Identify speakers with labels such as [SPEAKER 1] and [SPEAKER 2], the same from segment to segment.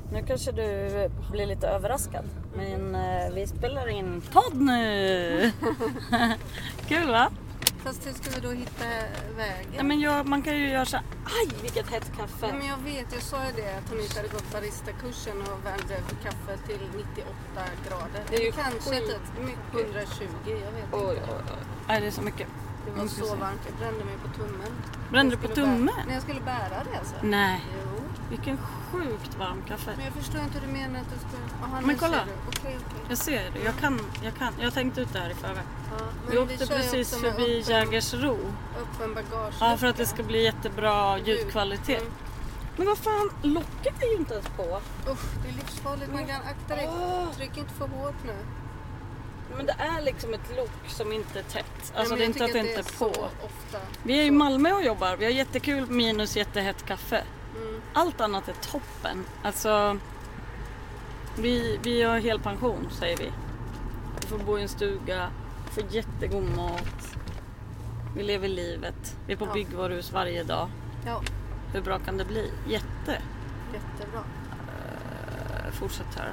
[SPEAKER 1] Nu kanske du blir lite överraskad. Men vi spelar in podd nu. Kul va?
[SPEAKER 2] Fast hur ska vi då hitta vägen?
[SPEAKER 1] Ja, men man kan ju göra så här. Aj, vilket hett kaffe.
[SPEAKER 2] Ja, men jag vet, jag sa ju det att hon inte hade gått baristakursen och värmde kaffe till 98 grader.
[SPEAKER 1] Det är ju
[SPEAKER 2] kanske typ 120, jag vet inte.
[SPEAKER 1] Nej, det är så mycket.
[SPEAKER 2] Det var så varmt, jag brände mig på tummen.
[SPEAKER 1] Brände du på tummen?
[SPEAKER 2] När jag skulle bära det alltså.
[SPEAKER 1] Nej.
[SPEAKER 2] Jo.
[SPEAKER 1] Vilken sjukt varm kaffe.
[SPEAKER 2] Men jag förstår inte hur du menar att du ska... Aha,
[SPEAKER 1] men kolla.
[SPEAKER 2] Okej.
[SPEAKER 1] Jag ser det. Jag kan. Jag har tänkt ut det här i förväg.
[SPEAKER 2] Ja,
[SPEAKER 1] vi åkte precis förbi Jägersro.
[SPEAKER 2] Öppen bagage.
[SPEAKER 1] Ja, för att det ska bli jättebra ljudkvalitet. Mm. Men vad fan, locket är ju inte ens på.
[SPEAKER 2] Usch, det är livsfarligt. Man kan akta dig. Tryck inte för hårt nu.
[SPEAKER 1] Men det är liksom ett lock som inte är tätt. Alltså det är inte att det inte är på.
[SPEAKER 2] Ofta.
[SPEAKER 1] Vi är i Malmö och jobbar. Vi har jättekul minus jättehett kaffe.
[SPEAKER 2] Mm.
[SPEAKER 1] Allt annat är toppen. Alltså vi har helpension säger vi. Vi får bo i en stuga. Vi får jättegod mat. Vi lever livet. Vi är på byggvaruhus varje dag.
[SPEAKER 2] Ja.
[SPEAKER 1] Hur bra kan det bli?
[SPEAKER 2] Jättebra.
[SPEAKER 1] Fortsätt här.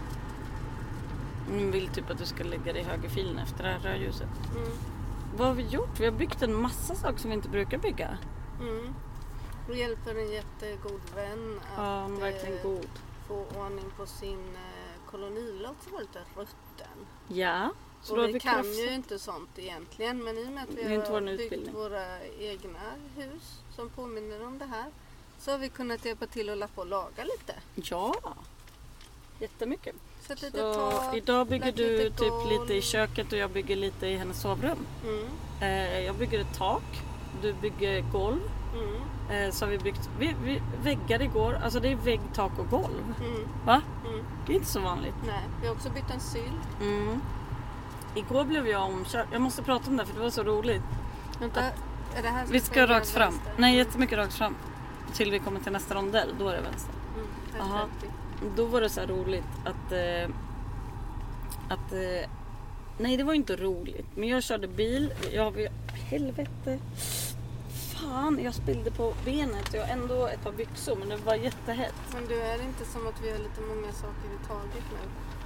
[SPEAKER 1] Jag vill typ att du ska lägga dig i högerfilen efter det här rödljuset.
[SPEAKER 2] Mm.
[SPEAKER 1] Vad har vi gjort? Vi har byggt en massa saker som vi inte brukar bygga.
[SPEAKER 2] Mm. Och hjälper en jättegod vän att
[SPEAKER 1] verkligen god.
[SPEAKER 2] Få ordning på sin kolonilott som var lite rutten.
[SPEAKER 1] Ja.
[SPEAKER 2] Så och vi kan ju inte sånt egentligen, men i och med att vi har byggt våra egna hus som påminner om det här så har vi kunnat hjälpa till att lappa och laga lite.
[SPEAKER 1] Ja, jättemycket.
[SPEAKER 2] Så
[SPEAKER 1] idag bygger du typ lite i köket och jag bygger lite i hennes sovrum.
[SPEAKER 2] Mm.
[SPEAKER 1] Jag bygger ett tak, du bygger golv.
[SPEAKER 2] Mm.
[SPEAKER 1] Så har vi byggt väggar igår, alltså det är vägg, tak och golv.
[SPEAKER 2] Mm.
[SPEAKER 1] Va?
[SPEAKER 2] Mm.
[SPEAKER 1] Det är inte så vanligt.
[SPEAKER 2] Nej, vi har också bytt en syl.
[SPEAKER 1] Mm. Igår blev jag omkörd. Jag måste prata om det för det var så roligt.
[SPEAKER 2] Vänta, är det här
[SPEAKER 1] vi ska rakt fram. Vänster? Nej, jättemycket rakt fram. Till vi kommer till nästa rondell, då är det vänster.
[SPEAKER 2] Aha.
[SPEAKER 1] Då var det så här roligt att nej, det var inte roligt. Men jag körde bil. Helvete. Fan, jag spillde på benet. Jag har ändå ett par byxor, men det var jättehett.
[SPEAKER 2] Men du, är det inte som att vi har lite många saker i taget nu?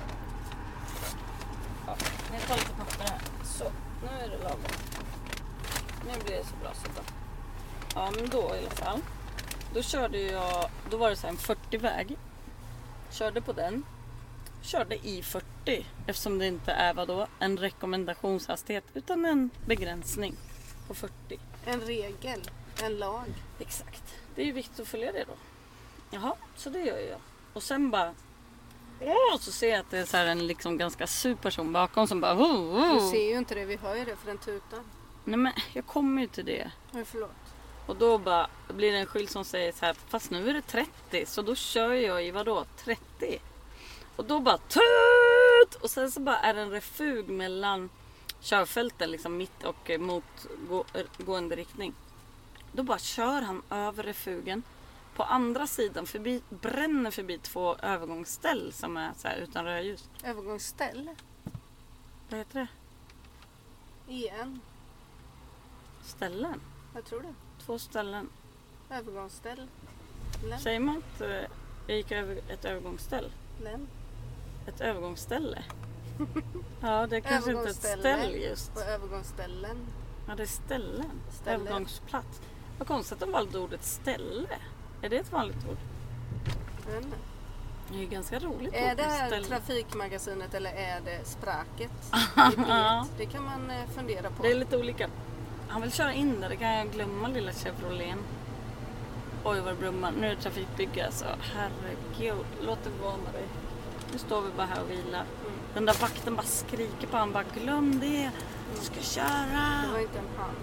[SPEAKER 1] Ja, jag tar lite papper här. Så, nu är det lagom. Nu blir det så bra så bra. Ja, men då i alla fall. Då körde jag, då var det så här en 40-väg. Körde på den. Körde i 40. Eftersom det inte är en rekommendationshastighet utan en begränsning på 40.
[SPEAKER 2] En regel, en lag.
[SPEAKER 1] Exakt. Det är ju viktigt att följa det då. Jaha, så det gör jag. Och sen bara så ser jag att det är så här en liksom ganska sur person bakom som bara
[SPEAKER 2] Du ser ju inte det, vi hör ju det för den tutan.
[SPEAKER 1] Nej, men jag kommer ju till det.
[SPEAKER 2] Nej, förlåt.
[SPEAKER 1] Och då bara blir det en skylt som säger så här, fast nu är det 30, så då kör jag i 30. Och då bara tut! Och sen så bara är det en refug mellan körfälten liksom mitt och mot gående riktning. Då bara kör han över refugen på andra sidan bränner förbi 2 övergångsställ som är så här utan rödljus.
[SPEAKER 2] Övergångsställ?
[SPEAKER 1] Vad heter det?
[SPEAKER 2] Igen.
[SPEAKER 1] Ställen?
[SPEAKER 2] Jag tror det. 2
[SPEAKER 1] ställen.
[SPEAKER 2] Övergångsställ.
[SPEAKER 1] Säger man att jag gick över ett övergångsställ? Ett övergångsställe? Ja, det är kanske inte ett ställ just.
[SPEAKER 2] På övergångsställen.
[SPEAKER 1] Ja, det är ställen. Övergångsplats. Vad konstigt att de valde ordet ställe. Är det ett vanligt ord? Det är ju ganska roligt.
[SPEAKER 2] Är det här trafikmagasinet eller är det spraket? Det kan man fundera på.
[SPEAKER 1] Det är lite olika. Han vill köra in där, det kan jag glömma lilla Chevrolet. Oj vad det brummar. Nu är det trafikbygge alltså. Herregud, låt det vara med dig. Nu står vi bara här och vilar. Den där vakten bara skriker på han, bara glöm det. Du ska köra.
[SPEAKER 2] Det var inte en han.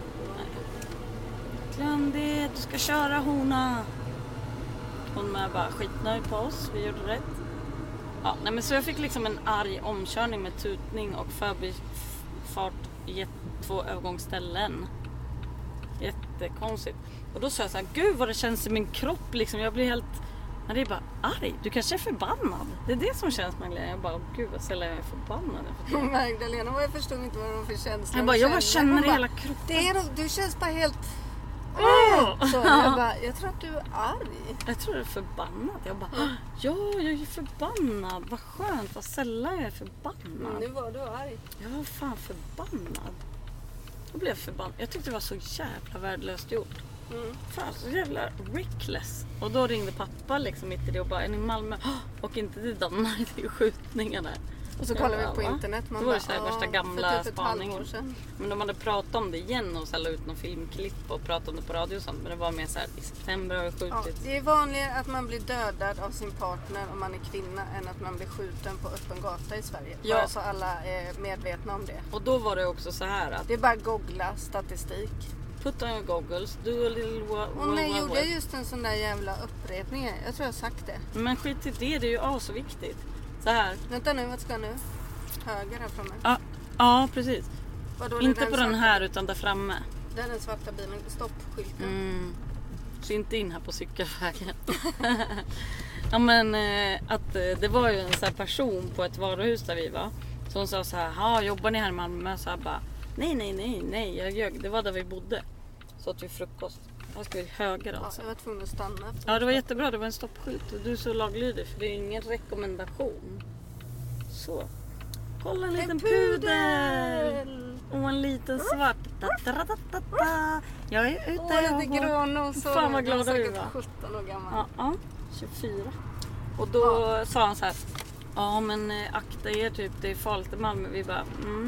[SPEAKER 1] Glöm det, du ska köra hona. Hon är bara skitnöjd på oss, vi gjorde rätt. Ja, nej, men så jag fick liksom en arg omkörning med tutning och förbifart i 2 övergångsställen. Jättekonstigt. Och då sa jag så här, gud vad det känns i min kropp liksom. Jag blir helt, det är bara arg. Du kanske är förbannad. Det är det som känns Magdalena. Jag bara, gud vad sällan jag är förbannad.
[SPEAKER 2] Magdalena, jag förstod inte vad det var för känsla.
[SPEAKER 1] Jag bara känner i hela kroppen.
[SPEAKER 2] Du känns bara helt Så jag tror att du är arg.
[SPEAKER 1] Jag tror du är förbannad. Jag bara, ja, jag är förbannad. Vad skönt, vad sällan jag är förbannad.
[SPEAKER 2] Nu var du arg.
[SPEAKER 1] Jag var fan förbannad. Jag blev förbannad. Jag tyckte det var så jävla värdelöst gjort. Fan, så jävla reckless. Och då ringde pappa liksom mitt i det och bara, är ni i Malmö? Och inte till Danmark, det är skjutningar där.
[SPEAKER 2] Och så kollade vi på internet.
[SPEAKER 1] Man var det så här värsta gamla spaningen. Men de hade pratat om det igen och så la ut någon filmklipp och pratade om det på radio och sånt. Men det var mer så här, i september har vi skjutit.
[SPEAKER 2] Det är vanligare att man blir dödad av sin partner om man är kvinna än att man blir skjuten på öppen gata i Sverige. Ja. Bara så alla är medvetna om det.
[SPEAKER 1] Och då var det också så här att...
[SPEAKER 2] Det är bara att googla statistik.
[SPEAKER 1] Put on your goggles, do a little
[SPEAKER 2] och när gjorde jag just en sån där jävla upprepning? Jag tror jag har sagt det.
[SPEAKER 1] Men skit i det, det är ju så viktigt. Så här.
[SPEAKER 2] Vänta nu, vad ska jag nu? Höger här framme.
[SPEAKER 1] Ja, precis. Inte på den här
[SPEAKER 2] svarta,
[SPEAKER 1] utan där framme.
[SPEAKER 2] Där är den svarta bilen, stoppskylten.
[SPEAKER 1] Så inte in här på cykelvägen. Ja men att det var ju en sån här person på ett varuhus där vi var. Som sa så här, jobbar ni här i Malmö? Så här bara, nej, jag ljög. Det var där vi bodde. Så att vi frukost. Här ska vi höger alltså.
[SPEAKER 2] Jag var tvungen att stanna.
[SPEAKER 1] Ja, det var jättebra. Det var en stoppskylt. Och du är så laglydig för det är ingen rekommendation. Så. Kolla en liten pudel. Och en liten svart. Jag är ute.
[SPEAKER 2] Lite grånos.
[SPEAKER 1] Fan vad glada vi var.
[SPEAKER 2] 17 år gammal.
[SPEAKER 1] Ja, 24. Och då sa han så här. Ja men akta er typ. Det är farligt i Malmö. Vi bara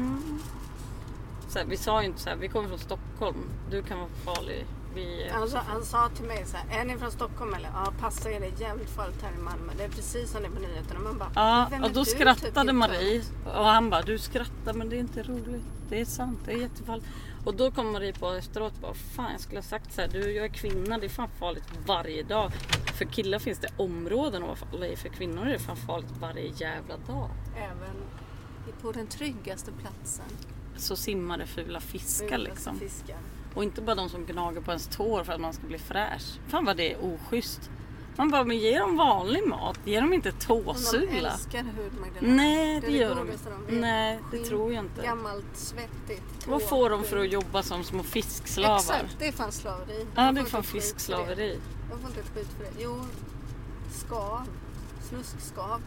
[SPEAKER 1] så här, vi sa ju inte så här. Vi kommer från Stockholm. Du kan vara farlig.
[SPEAKER 2] Han sa till mig så här, är ni från Stockholm eller? Ja, passa er, det är jävligt farligt här i Malmö. Det är precis som det är på nyheterna. Man bara,
[SPEAKER 1] ja, och då skrattade typ Marie. Och han bara, du skrattar men det är inte roligt. Det är sant, det är jättefarligt. Och då kom Marie på efteråt bara, fan jag skulle ha sagt så här, jag är kvinna, det är fan farligt varje dag. För killar finns det områden att vara farlig, för kvinnor är det fan farligt varje jävla dag.
[SPEAKER 2] Även på den tryggaste platsen.
[SPEAKER 1] Så simmar det fula fiskar liksom. Och inte bara de som gnager på ens tår för att man ska bli fräsch. Fan vad det är oschysst. Man bara, men ge dem vanlig mat. Ge dem inte tåsula.
[SPEAKER 2] De älskar hud, Magdalena.
[SPEAKER 1] Nej, det gör de. Nej, det tror jag inte.
[SPEAKER 2] Gammalt, svettigt.
[SPEAKER 1] Vad får de för att jobba som små fiskslavar?
[SPEAKER 2] Exakt, det är fan slaveri.
[SPEAKER 1] Ja, det är fan fiskslaveri.
[SPEAKER 2] Jag får inte ett skit för det. Jo, skav. Snuskskav.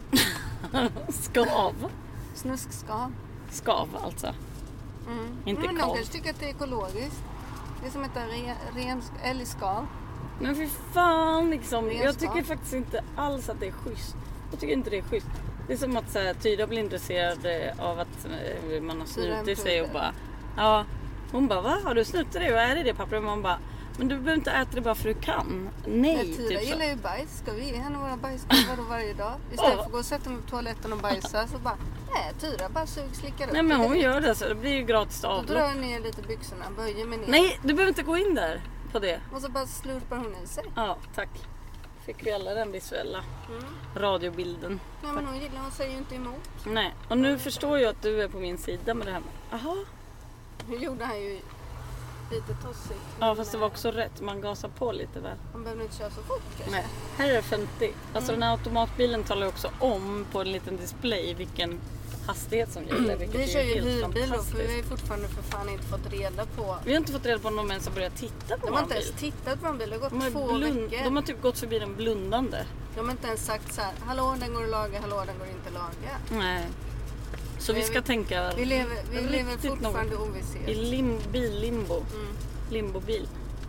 [SPEAKER 1] Skav?
[SPEAKER 2] Snuskskav.
[SPEAKER 1] Skav alltså. Inte
[SPEAKER 2] men de kanske tycker att det är ekologiskt. Det är som ett ren älgskav.
[SPEAKER 1] Men för fan liksom. Jag tycker faktiskt inte alls att det är schysst. Jag tycker inte det är schysst. Det är som att så här, Tyra blir intresserad av att man har snutit sig och bara, ja. Hon bara, va? Har du snutit dig? Vad är det pappa? Och man bara, men du behöver inte äta det bara för du kan. Nej,
[SPEAKER 2] Tyra typ gillar ju bajs. Ska vi ge henne våra bajskorvar varje dag? Istället för att gå och sätta mig på toaletten och bajsa så bara, nej Tyra bara slickar upp.
[SPEAKER 1] Nej men hon gör det så det blir ju gratis avlopp.
[SPEAKER 2] Då drar jag ner lite byxorna, böjer mig ner.
[SPEAKER 1] Nej, du behöver inte gå in där på det.
[SPEAKER 2] Och så bara slurpar hon i sig.
[SPEAKER 1] Ja, tack. Fick vi alla den visuella radiobilden.
[SPEAKER 2] Nej men hon säger ju inte emot.
[SPEAKER 1] Nej, och nu förstår jag att du är på min sida med det här. Jaha.
[SPEAKER 2] Nu gjorde han ju lite tossigt.
[SPEAKER 1] Ja, fast det var också rätt. Man gasar på lite väl.
[SPEAKER 2] Man behöver inte köra så fort kanske.
[SPEAKER 1] Nej, här är det 50. Alltså den här automatbilen talar ju också om på en liten display vilken hastighet som gäller.
[SPEAKER 2] Vi kör ju hyrbil då, för vi har ju fortfarande för fan inte fått reda på.
[SPEAKER 1] Vi har inte fått reda på om de ens har börjat titta på
[SPEAKER 2] de har inte ens tittat på en bil. Det har gått 2 veckor.
[SPEAKER 1] De har typ gått förbi den blundande.
[SPEAKER 2] De har inte ens sagt så här, hallå den går att laga, hallå den går inte att laga.
[SPEAKER 1] Nej. Så vi ska tänka.
[SPEAKER 2] Vi lever fortfarande ovisshet.
[SPEAKER 1] I billimbo. Limbobil.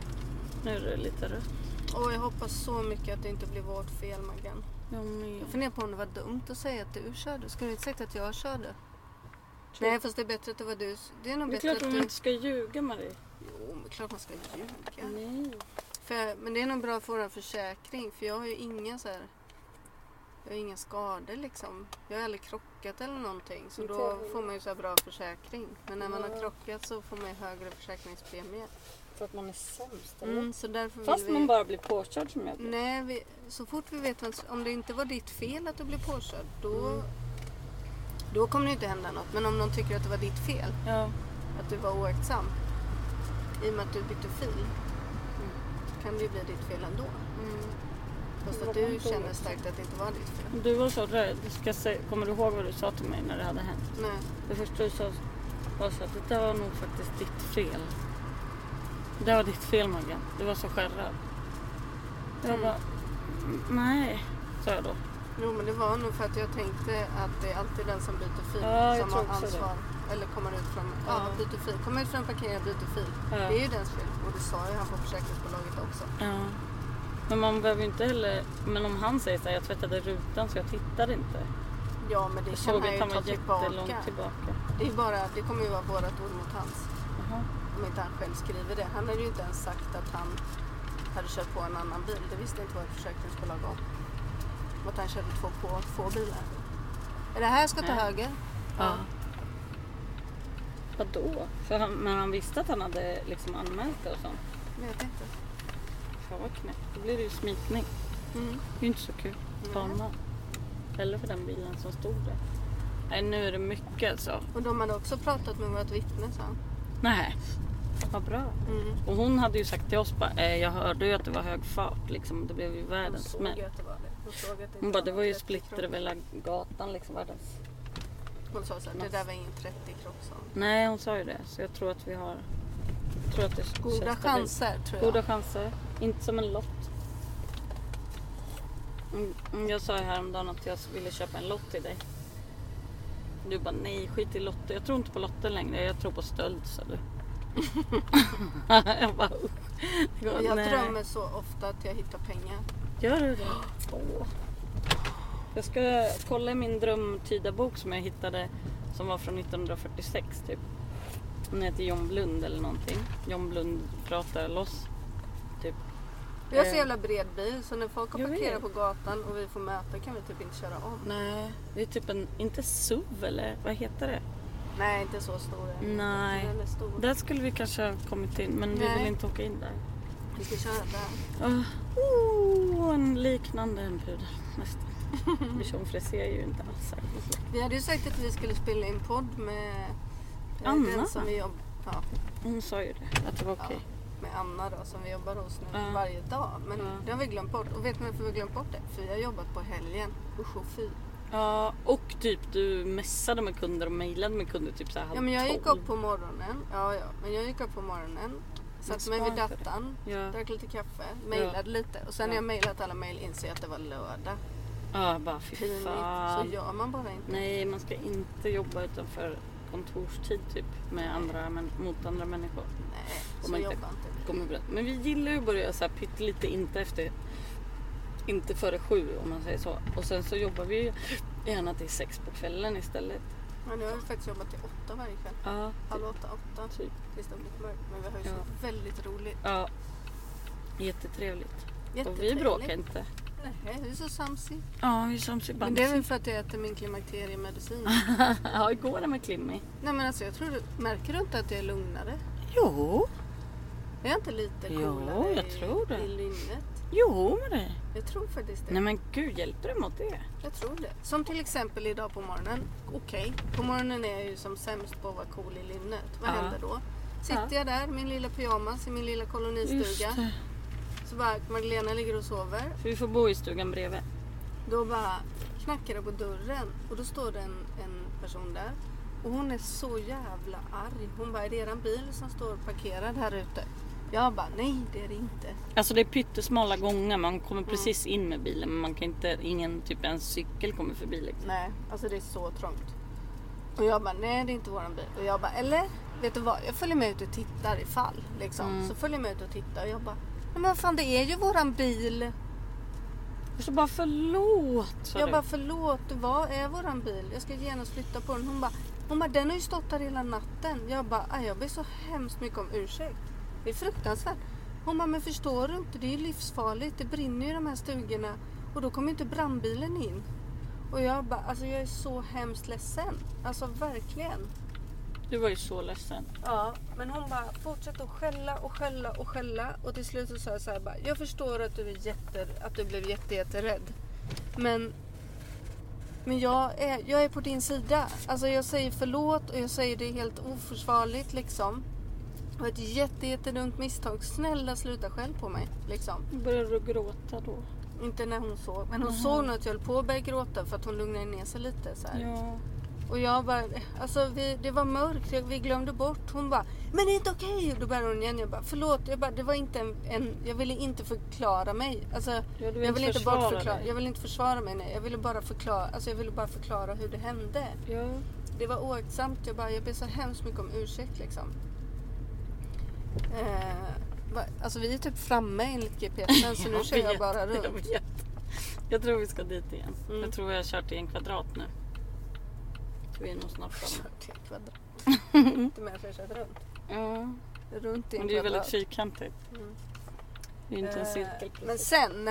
[SPEAKER 1] Nu är det lite rött.
[SPEAKER 2] Och jag hoppas så mycket att det inte blir vårt fel, Maggan. Jag funderar på om det var dumt att säga att du körde. Skulle du inte sagt att jag körde? Nej, fast det är bättre att det var du. Det är nog bättre
[SPEAKER 1] klart att man inte ska ljuga, Marie.
[SPEAKER 2] Jo, men klart man ska ljuga.
[SPEAKER 1] Nej.
[SPEAKER 2] Men det är nog bra att få en försäkring. För jag har ju inga så här... Jag har inga skador liksom. Jag har aldrig krockat eller någonting. Så då får man ju så här bra försäkring. Men när man har krockat så får man ju högre försäkringspremie.
[SPEAKER 1] För att man är sämst,
[SPEAKER 2] så därför
[SPEAKER 1] fast man bara blir påkörd som jag blir.
[SPEAKER 2] Nej, så fort vi vet om det inte var ditt fel att du blev påkörd, då kommer det inte hända något. Men om någon tycker att det var ditt fel, att du var oaktsam, i och med att du bytte fil, kan det ju bli ditt fel ändå. Fast att du känner starkt att det inte var ditt fel.
[SPEAKER 1] Du var så rädd. Kommer du ihåg vad du sa till mig när det hade hänt?
[SPEAKER 2] Nej.
[SPEAKER 1] Det första du sa var så att det där var nog faktiskt ditt fel. Det var ditt fel, Maggan. Du var så skärrad. Jag bara, nej, sa jag då.
[SPEAKER 2] Jo, men det var nog för att jag tänkte att det är alltid den som byter fil som har ansvar. Eller kommer ut från, byter fil. Kommer ut från parkeringen och byter fil. Ja. Det är ju dens fel. Och det sa ju han på försäkringsbolaget också.
[SPEAKER 1] Ja. Men man behöver ju inte heller, men om han säger så här, jag tvättade rutan så jag tittade inte.
[SPEAKER 2] Ja, men det kan han ju ta tillbaka. Det är bara, det kommer ju vara vårat ord mot hans. Om inte han själv skriver det. Han hade ju inte ens sagt att han hade kört på en annan bil. Det visste inte vårt försäkringsbolag om. Att han körde två bilar. Är det här ska ta höger?
[SPEAKER 1] Ja. Vadå? Men han visste att han hade liksom anmält det och sånt.
[SPEAKER 2] Vet inte.
[SPEAKER 1] Fan vad knäppt. Då blir det ju smitning. Det är ju inte så kul. Eller för den bilen som stod där. Nej, nu är det mycket alltså.
[SPEAKER 2] Och de hade också pratat med vårt vittne, sa han.
[SPEAKER 1] Nej, vad bra. Och hon hade ju sagt till oss bara, jag hörde ju att det var hög fart liksom. Det blev ju världens smäll. Hon bara, det var ju splitter över hela gatan liksom, världens.
[SPEAKER 2] Hon sa så här, det där var ingen 30-krock, sa hon.
[SPEAKER 1] Nej, hon sa ju det. Så jag tror att vi har... det är
[SPEAKER 2] goda chanser, tror jag.
[SPEAKER 1] Goda chanser. Inte som en lott. Jag sa ju häromdagen att jag ville köpa en lott till dig. Du bara, nej, skit i lotter. Jag tror inte på lotter längre. Jag tror på stöld, sa du. Jag bara,
[SPEAKER 2] jag drömmer så ofta att jag hittar pengar.
[SPEAKER 1] Gör du det? Jag ska kolla i min drömtydarbok som jag hittade, som var från 1946 typ. Den heter John Blund eller någonting. John Blund pratar loss typ.
[SPEAKER 2] Vi har så jävla bred bil så när folk har parkerat på gatan och vi får möta kan vi typ inte köra om.
[SPEAKER 1] Nej, det är typ en, inte SUV eller vad heter det?
[SPEAKER 2] Nej, inte så stor.
[SPEAKER 1] Nej, där skulle vi kanske ha kommit in, men vi vill inte åka in där.
[SPEAKER 2] Vi ska köra där.
[SPEAKER 1] En liknande en pudel nästan. Vision friserar ju inte alls.
[SPEAKER 2] Vi hade ju sagt att vi skulle spela in podd med
[SPEAKER 1] Anna
[SPEAKER 2] den som vi jobbar. Ja.
[SPEAKER 1] Hon sa ju det, att det var okej.
[SPEAKER 2] Med Anna då, som vi jobbar hos nu varje dag. Men det har vi glömt bort. Och vet ni varför vi glömt bort det? För vi har jobbat på helgen. Usch och fy.
[SPEAKER 1] Ja, och typ du messade med kunder och mejlade med kunder typ så här.
[SPEAKER 2] Ja, men jag gick upp på morgonen. Men jag gick upp på morgonen. Satt mig vid datan. Drack lite kaffe. Mejlade lite. Och sen när jag mejlat alla mejl inser jag att det var lördag.
[SPEAKER 1] Ja, bara fy fan.
[SPEAKER 2] Så gör man bara inte.
[SPEAKER 1] Nej, man ska inte jobba utanför kontorstid typ mot andra människor.
[SPEAKER 2] Nej, så jobbar inte.
[SPEAKER 1] Men vi gillar ju att börja så här pyttelite inte före 7 om man säger så. Och sen så jobbar vi ju gärna till 6 på kvällen istället.
[SPEAKER 2] Ja, nu har vi faktiskt jobbat till 8 varje kväll.
[SPEAKER 1] Ja,
[SPEAKER 2] halv 8 typ. Tills det blir mörkt. Men vi har ju så väldigt roligt.
[SPEAKER 1] Ja, jättetrevligt. Och vi bråkar inte.
[SPEAKER 2] Nej, vi är så samsig.
[SPEAKER 1] Ja, vi är samsig.
[SPEAKER 2] Men det är väl för att jag äter min klimakteriemedicin.
[SPEAKER 1] Ja, hur går det med Klimmi?
[SPEAKER 2] Nej, men alltså jag tror märker du inte att jag är lugnare?
[SPEAKER 1] Jo.
[SPEAKER 2] Är jag inte lite coolare
[SPEAKER 1] jag tror det.
[SPEAKER 2] I lynnet?
[SPEAKER 1] Jo, med det.
[SPEAKER 2] Jag tror faktiskt det.
[SPEAKER 1] Nej men gud, hjälper det mot det?
[SPEAKER 2] Jag tror det. Som till exempel idag på morgonen. Okej, på morgonen är jag ju som sämst på att vara cool i lynnet. Vad händer då? Sitter jag där, min lilla pyjamas i min lilla kolonistuga. Så bara Magdalena ligger och sover.
[SPEAKER 1] För vi får bo i stugan bredvid.
[SPEAKER 2] Då bara knackar det på dörren. Och då står det en person där. Och hon är så jävla arg. Hon bara, är det eran bil som står parkerad här ute? Jag bara, nej det är det inte.
[SPEAKER 1] Alltså det är pyttesmala gångar. Man kommer precis in med bilen. Men man kan inte, ingen typ en cykel kommer förbi liksom.
[SPEAKER 2] Nej, alltså det är så trångt. Och jag bara, nej det är inte våran bil. Och jag bara, eller vet du vad? Jag följer med ut och tittar ifall liksom. Så följer jag med ut och tittar. Och jag bara, men vad fan det är ju våran bil.
[SPEAKER 1] Jag så bara förlåt.
[SPEAKER 2] Jag bara förlåt, vad är våran bil? Jag ska genast flytta på den. Hon bara, den har ju stått här hela natten. Jag bara, jag ber så hemskt mycket om ursäkt. Det är fruktansvärt. Hon bara, men förstår du inte? Det är ju livsfarligt. Det brinner ju i de här stugorna. Och då kommer inte brandbilen in. Och jag bara, alltså jag är så hemskt ledsen. Alltså verkligen.
[SPEAKER 1] Du var ju så ledsen.
[SPEAKER 2] Ja, men hon bara fortsatte att skälla. Och till slut så sa jag så här bara, jag förstår att du blev jätterädd. Men jag är på din sida. Alltså jag säger förlåt och jag säger det helt oförsvarligt liksom. Det var ett jättedumt misstag. Snälla sluta själv på mig liksom.
[SPEAKER 1] Började du gråta då?
[SPEAKER 2] Inte när hon såg. Men hon såg nog att jag höll på att börja gråta för att hon lugnade ner sig lite så här.
[SPEAKER 1] Ja.
[SPEAKER 2] Och jag bara, alltså det var mörkt, vi glömde bort. Hon bara, men det är inte okej. Då började hon igen, jag bara, förlåt. Jag bara, det var inte jag ville inte förklara mig. Alltså, jag ville inte bortförklara. Jag ville inte försvara mig, nej. Jag ville bara förklara hur det hände.
[SPEAKER 1] Ja.
[SPEAKER 2] Det var oaktsamt, jag ber så hemskt mycket om ursäkt liksom. Alltså vi är typ framme enligt GPSen, så nu kör jag bara runt.
[SPEAKER 1] Jag tror vi ska dit igen. Jag tror vi har kört i en kvadrat nu. Vi är nog snart framme.
[SPEAKER 2] Kört i en kvadrat. Inte mer för att jag kört runt.
[SPEAKER 1] Ja.
[SPEAKER 2] Runt i en
[SPEAKER 1] Men det är
[SPEAKER 2] kvadrat.
[SPEAKER 1] väldigt fyrkantigt. Det är inte en cirkel.
[SPEAKER 2] Men sen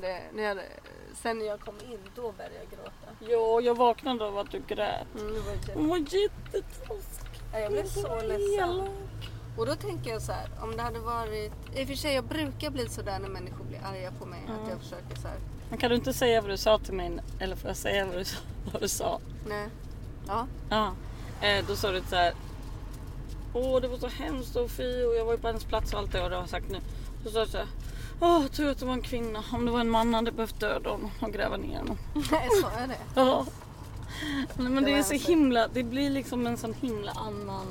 [SPEAKER 2] sen när jag kom in, då började jag gråta.
[SPEAKER 1] Ja, jag vaknade av att du grät. Hon var jättetråkig.
[SPEAKER 2] Jag blev så ledsen. Och då tänker jag så här, om det hade varit... I och för sig, jag brukar bli så där när människor blir arga på mig. Att jag försöker så här...
[SPEAKER 1] Men kan du inte säga vad du sa till mig? Eller får jag säga vad du sa?
[SPEAKER 2] Nej. Ja.
[SPEAKER 1] Ja. Då sa du så här... det var så hemskt och fy. Och jag var ju på hennes plats och allt det. Och det har jag sagt nu. Då sa du så här... jag tror att det var en kvinna. Om det var en man hade behövt döda honom och gräva ner honom.
[SPEAKER 2] Nej, så är det.
[SPEAKER 1] Ja. Men det är så himla... Det blir liksom en sån himla annan...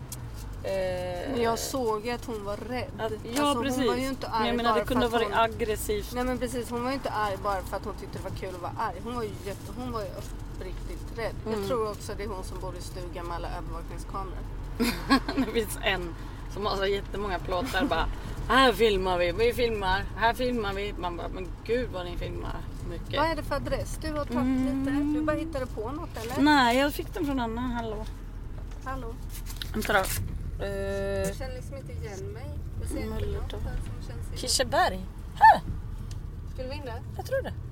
[SPEAKER 2] Men jag såg att hon var rädd.
[SPEAKER 1] Ja,
[SPEAKER 2] alltså,
[SPEAKER 1] precis.
[SPEAKER 2] Hon var ju inte arg.
[SPEAKER 1] Men jag menar, det kunde ha varit aggressivt.
[SPEAKER 2] Nej, men precis. Hon var ju inte arg bara för att hon tyckte det var kul att vara arg. Hon var ju uppriktigt rädd. Jag tror också det är hon som bor i stugan med alla övervakningskameror.
[SPEAKER 1] Det finns en som har så jättemånga plåtar bara. Här filmar vi filmar. Här filmar vi. Man bara, men gud vad ni filmar mycket.
[SPEAKER 2] Vad är det för adress? Du har tagit lite. Du bara hittade på något, eller?
[SPEAKER 1] Nej, jag fick den från Anna. Hallå. Vänta då.
[SPEAKER 2] Jag känner liksom inte igen mig. Jag ser inte något där som känns igen.
[SPEAKER 1] Kirseberg. Här!
[SPEAKER 2] Skulle vi in där?
[SPEAKER 1] Jag tror det.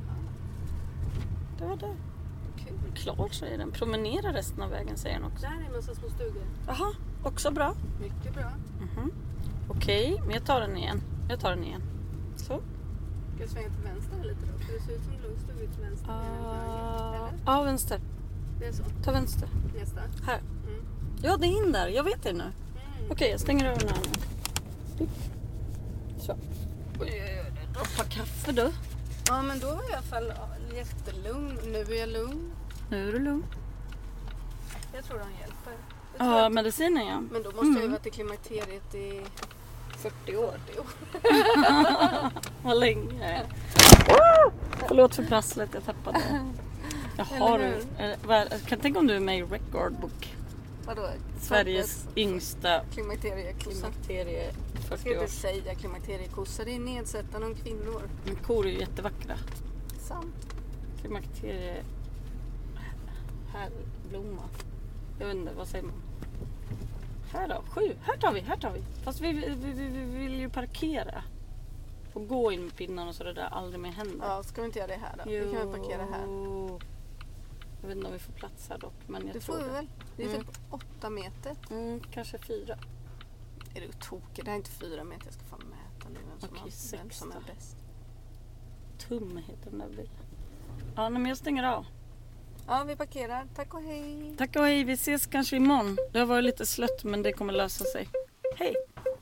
[SPEAKER 1] Det var det.
[SPEAKER 2] Kul.
[SPEAKER 1] Klart säger den. Promenera resten av vägen säger den också.
[SPEAKER 2] Där är en massa små stugor.
[SPEAKER 1] Jaha, också bra.
[SPEAKER 2] Mycket bra.
[SPEAKER 1] Okej, men jag tar den igen. Så.
[SPEAKER 2] Ska jag svänga till vänster lite då? För det ser ut som lugnt stod ut till vänster. Eller?
[SPEAKER 1] Ja, vänster.
[SPEAKER 2] Det är så.
[SPEAKER 1] Ta vänster.
[SPEAKER 2] Nästa.
[SPEAKER 1] Här. Ja, det är in där. Jag vet det nu. Okej, jag stänger öronen nu. Så. Det droppar kaffe då.
[SPEAKER 2] Ja, men då var jag i alla fall jättelugn. Nu är jag lugn.
[SPEAKER 1] Nu är du lugn.
[SPEAKER 2] Jag tror de hjälper.
[SPEAKER 1] Ja, medicinen ja.
[SPEAKER 2] Men då måste jag ju vara till klimakteriet i
[SPEAKER 1] 40 år. Vad länge. Förlåt för prasslet, jag tappade. Kan tänka om du är med i Record Book.
[SPEAKER 2] Vadå?
[SPEAKER 1] Sveriges yngsta
[SPEAKER 2] klimakteriekossa.
[SPEAKER 1] 40
[SPEAKER 2] Ska inte
[SPEAKER 1] år.
[SPEAKER 2] säga klimakteriekossa, det är nedsättande om kvinnor.
[SPEAKER 1] Men kor är ju jättevackra.
[SPEAKER 2] Sant.
[SPEAKER 1] Klimakterie... Härblomma. Jag vet inte, vad säger man? Här då, 7. Här tar vi. Fast vi vill ju parkera. Och gå in med pinnen och så det där aldrig mer händer.
[SPEAKER 2] Ja, ska vi inte göra det här då? Vi kan väl parkera här.
[SPEAKER 1] Jag vet inte om vi får plats här dock, men jag
[SPEAKER 2] det
[SPEAKER 1] tror
[SPEAKER 2] får vi
[SPEAKER 1] det.
[SPEAKER 2] väl. Det är typ 8 meter.
[SPEAKER 1] Kanske 4.
[SPEAKER 2] Är du tokig? Det är inte 4 meter, jag ska fan mäta nu vem som är bäst.
[SPEAKER 1] Tum heter den där bilen. Ja, men jag stänger av.
[SPEAKER 2] Ja, vi parkerar. Tack och hej.
[SPEAKER 1] Tack och hej, vi ses kanske imorgon. Det har varit lite slött men det kommer lösa sig. Hej!